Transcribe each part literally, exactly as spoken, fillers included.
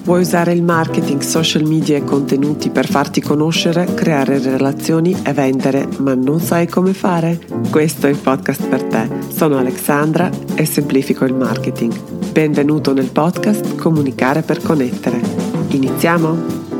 Vuoi usare il marketing, social media e contenuti per farti conoscere, creare relazioni e vendere, ma non sai come fare? Questo è il podcast per te. Sono Alexandra e semplifico il marketing. Benvenuto nel podcast Comunicare per connettere. Iniziamo?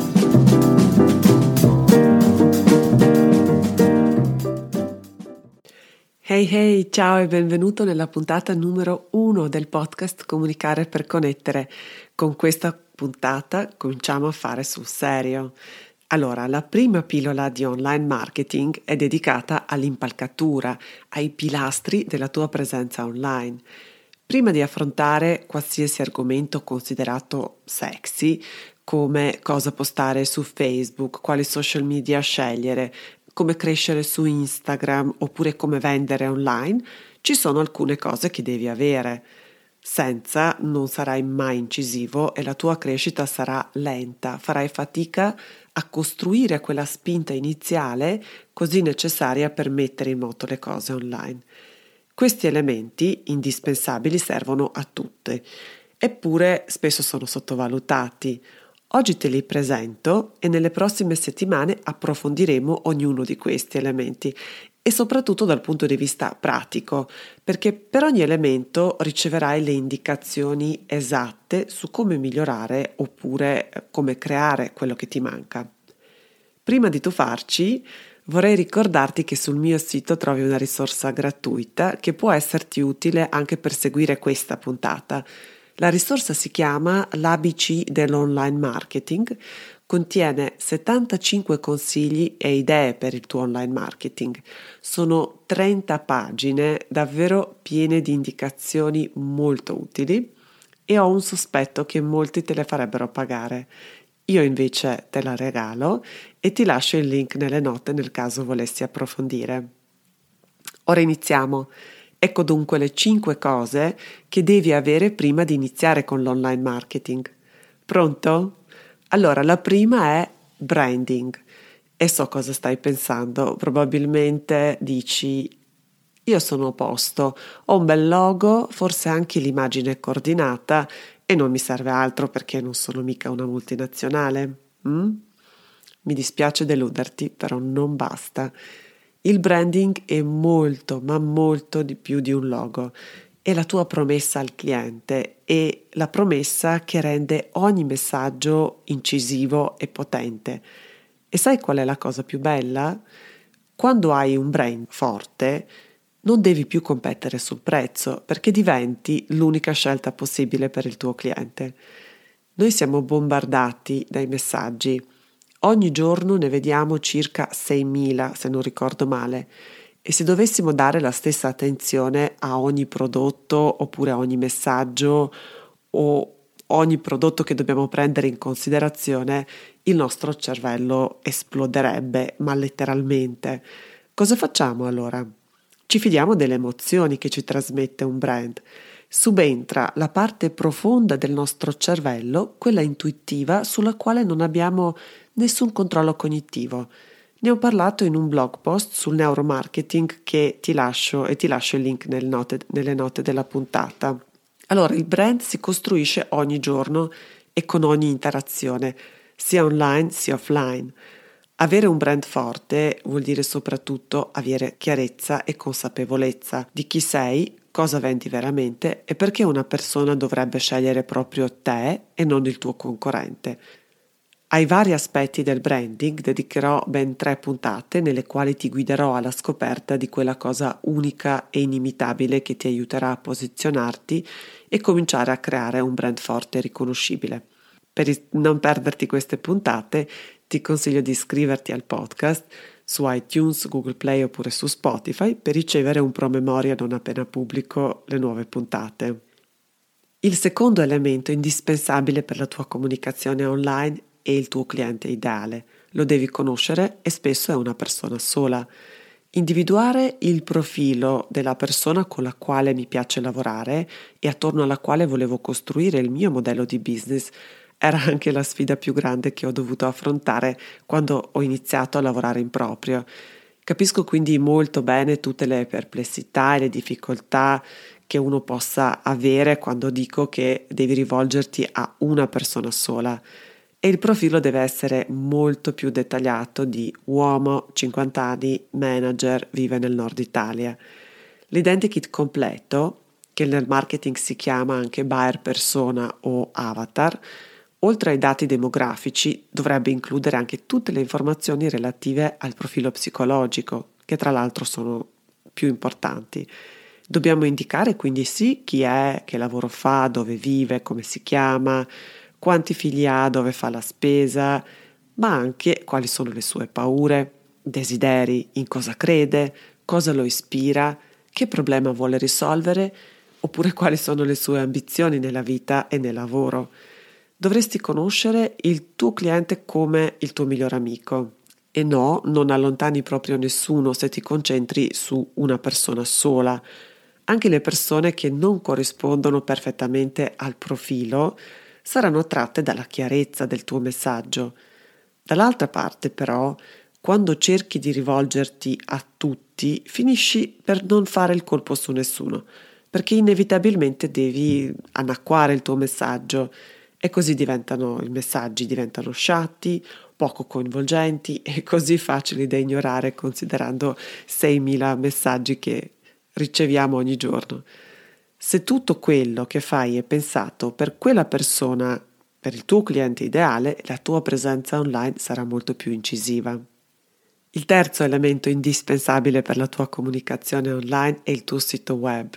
Hey hey, ciao e benvenuto nella puntata numero uno del podcast Comunicare per connettere. Con questa puntata cominciamo a fare sul serio. Allora, la prima pillola di online marketing è dedicata all'impalcatura, ai pilastri della tua presenza online. Prima di affrontare qualsiasi argomento considerato sexy, come cosa postare su Facebook, quali social media scegliere, come crescere su Instagram oppure come vendere online, ci sono alcune cose che devi avere. Senza non sarai mai incisivo e la tua crescita sarà lenta, farai fatica a costruire quella spinta iniziale così necessaria per mettere in moto le cose online. Questi elementi indispensabili servono a tutte, eppure spesso sono sottovalutati. Oggi te li presento e nelle prossime settimane approfondiremo ognuno di questi elementi e soprattutto dal punto di vista pratico, perché per ogni elemento riceverai le indicazioni esatte su come migliorare oppure come creare quello che ti manca. Prima di tuffarci, vorrei ricordarti che sul mio sito trovi una risorsa gratuita che può esserti utile anche per seguire questa puntata. La risorsa si chiama l'A B C dell'online marketing, contiene settantacinque consigli e idee per il tuo online marketing. Sono trenta pagine davvero piene di indicazioni molto utili e ho un sospetto che molti te le farebbero pagare. Io invece te la regalo e ti lascio il link nelle note nel caso volessi approfondire. Ora iniziamo. Ecco dunque le cinque cose che devi avere prima di iniziare con l'online marketing. Pronto? Allora, la prima è branding. E so cosa stai pensando. Probabilmente dici, io sono a posto, ho un bel logo, forse anche l'immagine coordinata e non mi serve altro perché non sono mica una multinazionale. Mm? Mi dispiace deluderti, però non basta. Il branding è molto, ma molto di più di un logo. È la tua promessa al cliente, è la promessa che rende ogni messaggio incisivo e potente. E sai qual è la cosa più bella? Quando hai un brand forte, non devi più competere sul prezzo, perché diventi l'unica scelta possibile per il tuo cliente. Noi siamo bombardati dai messaggi. Ogni giorno ne vediamo circa seimila, se non ricordo male, e se dovessimo dare la stessa attenzione a ogni prodotto oppure a ogni messaggio o ogni prodotto che dobbiamo prendere in considerazione, il nostro cervello esploderebbe, ma letteralmente. Cosa facciamo allora? Ci fidiamo delle emozioni che ci trasmette un brand. Subentra la parte profonda del nostro cervello, quella intuitiva, sulla quale non abbiamo nessun controllo cognitivo. Ne ho parlato in un blog post sul neuromarketing che ti lascio e ti lascio il link nelle note, nelle note della puntata. Allora, il brand si costruisce ogni giorno e con ogni interazione, sia online sia offline. Avere un brand forte vuol dire soprattutto avere chiarezza e consapevolezza di chi sei, cosa vendi veramente e perché una persona dovrebbe scegliere proprio te e non il tuo concorrente. Ai vari aspetti del branding dedicherò ben tre puntate nelle quali ti guiderò alla scoperta di quella cosa unica e inimitabile che ti aiuterà a posizionarti e cominciare a creare un brand forte e riconoscibile. Per non perderti queste puntate, ti consiglio di iscriverti al podcast su iTunes, Google Play oppure su Spotify per ricevere un promemoria non appena pubblico le nuove puntate. Il secondo elemento indispensabile per la tua comunicazione online è il tuo cliente ideale. Lo devi conoscere e spesso è una persona sola. Individuare il profilo della persona con la quale mi piace lavorare e attorno alla quale volevo costruire il mio modello di business era anche la sfida più grande che ho dovuto affrontare quando ho iniziato a lavorare in proprio. Capisco quindi molto bene tutte le perplessità e le difficoltà che uno possa avere quando dico che devi rivolgerti a una persona sola. E il profilo deve essere molto più dettagliato di uomo, cinquanta anni, manager, vive nel nord Italia. L'identikit completo, che nel marketing si chiama anche buyer persona o avatar, oltre ai dati demografici dovrebbe includere anche tutte le informazioni relative al profilo psicologico, che tra l'altro sono più importanti. Dobbiamo indicare quindi sì chi è, che lavoro fa, dove vive, come si chiama, quanti figli ha, dove fa la spesa, ma anche quali sono le sue paure, desideri, in cosa crede, cosa lo ispira, che problema vuole risolvere, oppure quali sono le sue ambizioni nella vita e nel lavoro. Dovresti conoscere il tuo cliente come il tuo miglior amico. E no, non allontani proprio nessuno se ti concentri su una persona sola. Anche le persone che non corrispondono perfettamente al profilo saranno attratte dalla chiarezza del tuo messaggio. Dall'altra parte, però, quando cerchi di rivolgerti a tutti, finisci per non fare il colpo su nessuno, perché inevitabilmente devi annacquare il tuo messaggio e così diventano i messaggi diventano sciatti, poco coinvolgenti e così facili da ignorare considerando seimila messaggi che riceviamo ogni giorno. Se tutto quello che fai è pensato per quella persona, per il tuo cliente ideale, la tua presenza online sarà molto più incisiva. Il terzo elemento indispensabile per la tua comunicazione online è il tuo sito web.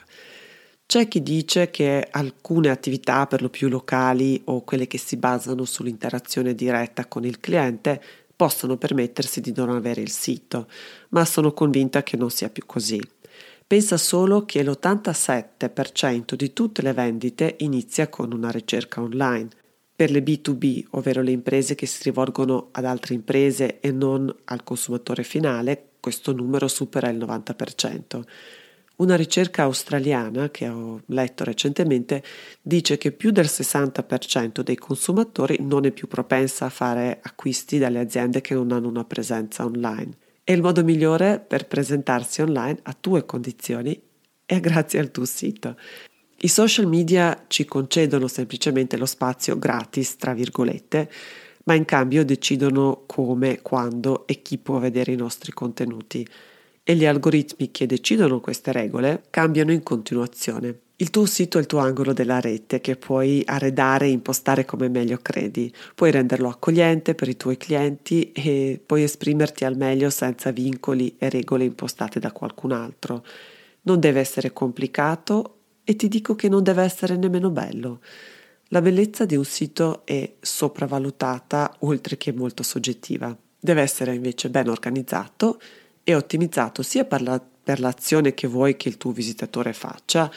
C'è chi dice che alcune attività per lo più locali o quelle che si basano sull'interazione diretta con il cliente possono permettersi di non avere il sito, ma sono convinta che non sia più così. Pensa solo che l'ottantasette per cento di tutte le vendite inizia con una ricerca online. Per le B due B, ovvero le imprese che si rivolgono ad altre imprese e non al consumatore finale, questo numero supera il novanta per cento. Una ricerca australiana che ho letto recentemente dice che più del sessanta per cento dei consumatori non è più propensa a fare acquisti dalle aziende che non hanno una presenza online. E il modo migliore per presentarsi online a tue condizioni è grazie al tuo sito. I social media ci concedono semplicemente lo spazio gratis, tra virgolette, ma in cambio decidono come, quando e chi può vedere i nostri contenuti. E gli algoritmi che decidono queste regole cambiano in continuazione. Il tuo sito è il tuo angolo della rete che puoi arredare e impostare come meglio credi. Puoi renderlo accogliente per i tuoi clienti e puoi esprimerti al meglio senza vincoli e regole impostate da qualcun altro. Non deve essere complicato e ti dico che non deve essere nemmeno bello. La bellezza di un sito è sopravvalutata oltre che molto soggettiva. Deve essere invece ben organizzato e ottimizzato sia per, la, per l'azione che vuoi che il tuo visitatore faccia,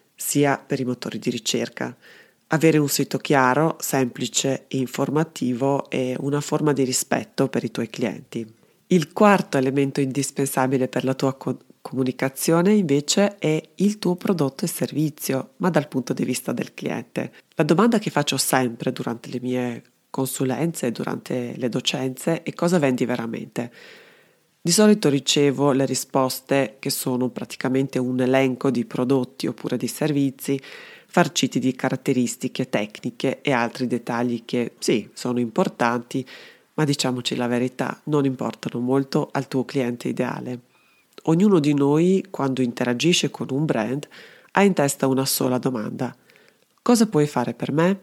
sia per i motori di ricerca. Avere un sito chiaro, semplice e informativo è una forma di rispetto per i tuoi clienti. Il quarto elemento indispensabile per la tua co- comunicazione invece è il tuo prodotto e servizio, ma dal punto di vista del cliente. La domanda che faccio sempre durante le mie consulenze e durante le docenze è: cosa vendi veramente? Di solito ricevo le risposte che sono praticamente un elenco di prodotti oppure di servizi farciti di caratteristiche tecniche e altri dettagli che sì, sono importanti, ma diciamoci la verità, non importano molto al tuo cliente ideale. Ognuno di noi, quando interagisce con un brand, ha in testa una sola domanda: cosa puoi fare per me?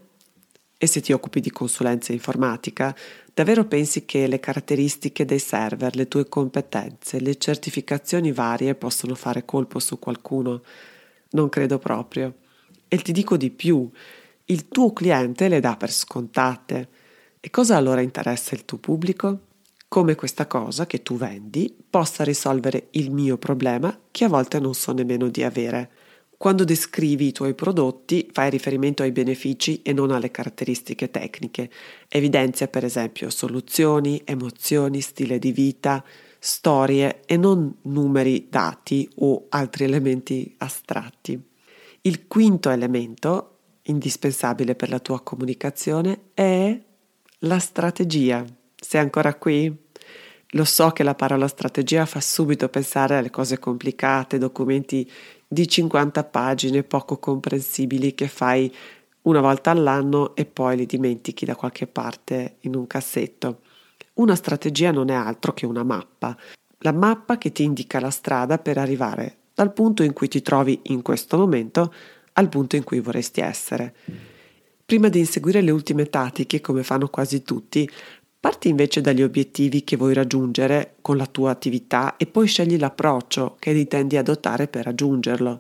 E se ti occupi di consulenza informatica, davvero pensi che le caratteristiche dei server, le tue competenze, le certificazioni varie possono fare colpo su qualcuno? Non credo proprio. E ti dico di più, il tuo cliente le dà per scontate. E cosa allora interessa il tuo pubblico? Come questa cosa che tu vendi possa risolvere il mio problema che a volte non so nemmeno di avere. Quando descrivi i tuoi prodotti fai riferimento ai benefici e non alle caratteristiche tecniche. Evidenzia per esempio soluzioni, emozioni, stile di vita, storie e non numeri, dati o altri elementi astratti. Il quinto elemento, indispensabile per la tua comunicazione, è la strategia. Sei ancora qui? Lo so che la parola strategia fa subito pensare alle cose complicate, documenti di cinquanta pagine poco comprensibili che fai una volta all'anno e poi li dimentichi da qualche parte in un cassetto. Una strategia non è altro che una mappa, la mappa che ti indica la strada per arrivare dal punto in cui ti trovi in questo momento al punto in cui vorresti essere. Prima di inseguire le ultime tattiche, come fanno quasi tutti, parti invece dagli obiettivi che vuoi raggiungere con la tua attività e poi scegli l'approccio che intendi adottare per raggiungerlo.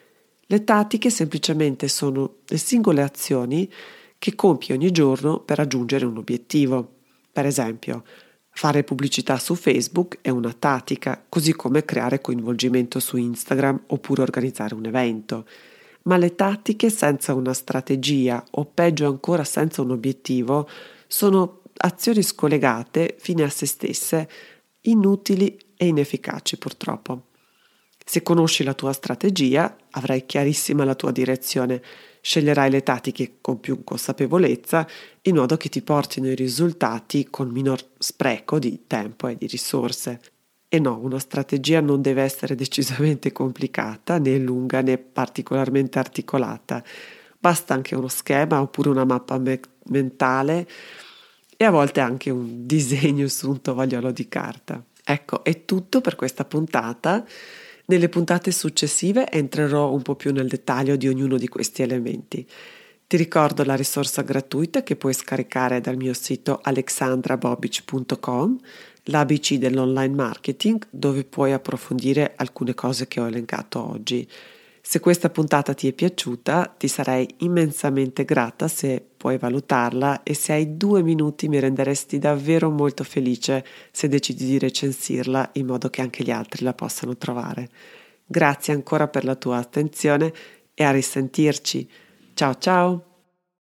Le tattiche semplicemente sono le singole azioni che compi ogni giorno per raggiungere un obiettivo. Per esempio, fare pubblicità su Facebook è una tattica, così come creare coinvolgimento su Instagram oppure organizzare un evento. Ma le tattiche senza una strategia o peggio ancora senza un obiettivo sono azioni scollegate fine a se stesse, inutili e inefficaci purtroppo. Se conosci la tua strategia, avrai chiarissima la tua direzione, sceglierai le tattiche con più consapevolezza in modo che ti portino i risultati con minor spreco di tempo e di risorse. E no, una strategia non deve essere decisamente complicata, né lunga né particolarmente articolata. Basta anche uno schema oppure una mappa me- mentale e a volte anche un disegno su un tovagliolo di carta. Ecco, è tutto per questa puntata. Nelle puntate successive entrerò un po' più nel dettaglio di ognuno di questi elementi. Ti ricordo la risorsa gratuita che puoi scaricare dal mio sito alexandra bobic punto com, l'A B C dell'online marketing, dove puoi approfondire alcune cose che ho elencato oggi. Se questa puntata ti è piaciuta, ti sarei immensamente grata se puoi valutarla e se hai due minuti mi renderesti davvero molto felice se decidi di recensirla in modo che anche gli altri la possano trovare. Grazie ancora per la tua attenzione e a risentirci. Ciao ciao!